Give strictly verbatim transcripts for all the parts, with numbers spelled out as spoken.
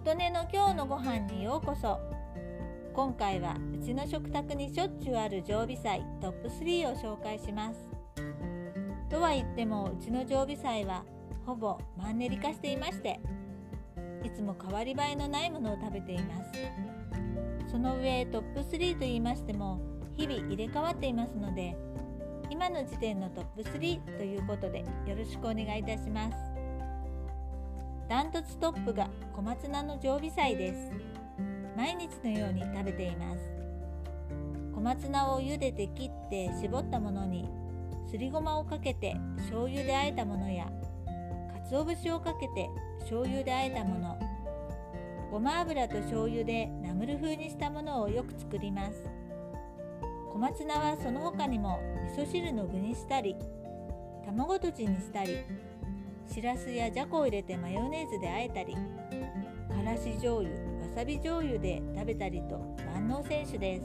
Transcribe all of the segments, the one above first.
琴音の今日のご飯にようこそ。今回はうちの食卓にしょっちゅうある常備菜トップスリーを紹介します。とは言ってもうちの常備菜はほぼマンネリ化していまして、いつも変わり映えのないものを食べています。その上トップスリーと言いましても日々入れ替わっていますので、今の時点のトップスリーということでよろしくお願いいたします。ダントツトップが小松菜の常備菜です。毎日のように食べています。小松菜を茹でて切って絞ったものにすりごまをかけて醤油で和えたものや、鰹節をかけて醤油で和えたもの、ごま油と醤油でナムル風にしたものをよく作ります。小松菜はその他にも味噌汁の具にしたり、卵とじにしたり、しらすやじゃこを入れてマヨネーズで和えたり、からし醤油、わさび醤油で食べたりと万能選手です。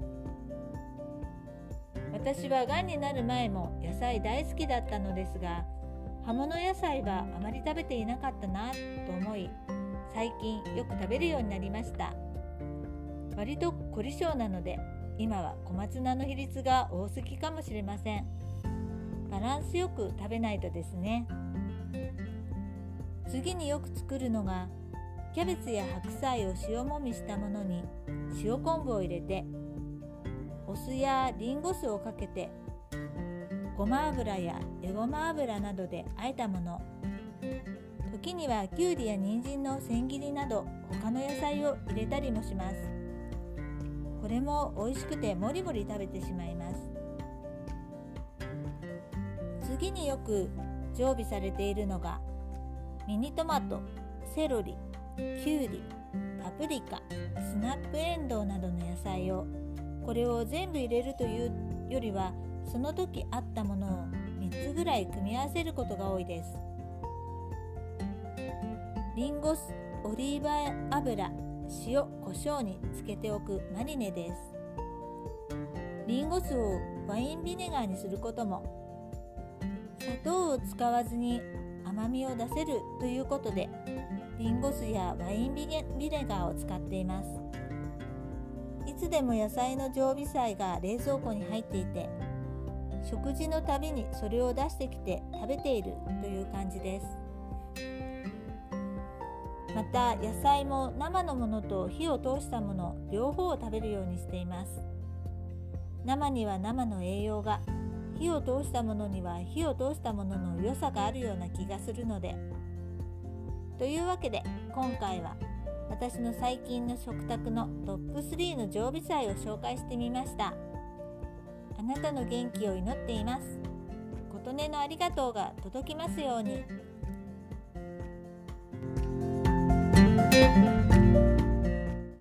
私はがんになる前も野菜大好きだったのですが、葉物野菜はあまり食べていなかったなと思い、最近よく食べるようになりました。割と凝り性なので、今は小松菜の比率が多すぎかもしれません。バランスよく食べないとですね。次によく作るのが、キャベツや白菜を塩もみしたものに塩昆布を入れて、お酢やリンゴ酢をかけて、ごま油やえごま油などで和えたもの、時にはきゅうりや人参の千切りなど他の野菜を入れたりもします。これも美味しくてもりもり食べてしまいます。次によく常備されているのが、ミニトマト、セロリ、きゅうり、パプリカ、スナップエンドウなどの野菜を、これを全部入れるというよりは、その時あったものをみっつぐらい組み合わせることが多いです。リンゴ酢、オリーブ油、塩、胡椒につけておくマリネです。リンゴ酢をワインビネガーにすることも、砂糖を使わずに甘みを出せるということで、リンゴ酢やワインビネガーを使っています。いつでも野菜の常備菜が冷蔵庫に入っていて、食事のたびにそれを出してきて食べているという感じです。また野菜も生のものと火を通したもの両方を食べるようにしています。生には生の栄養が、火を通したものには火を通したものの良さがあるような気がするので。というわけで今回は私の最近の食卓のトップスリーの常備菜を紹介してみました。あなたの元気を祈っています。琴音のありがとうが届きますように。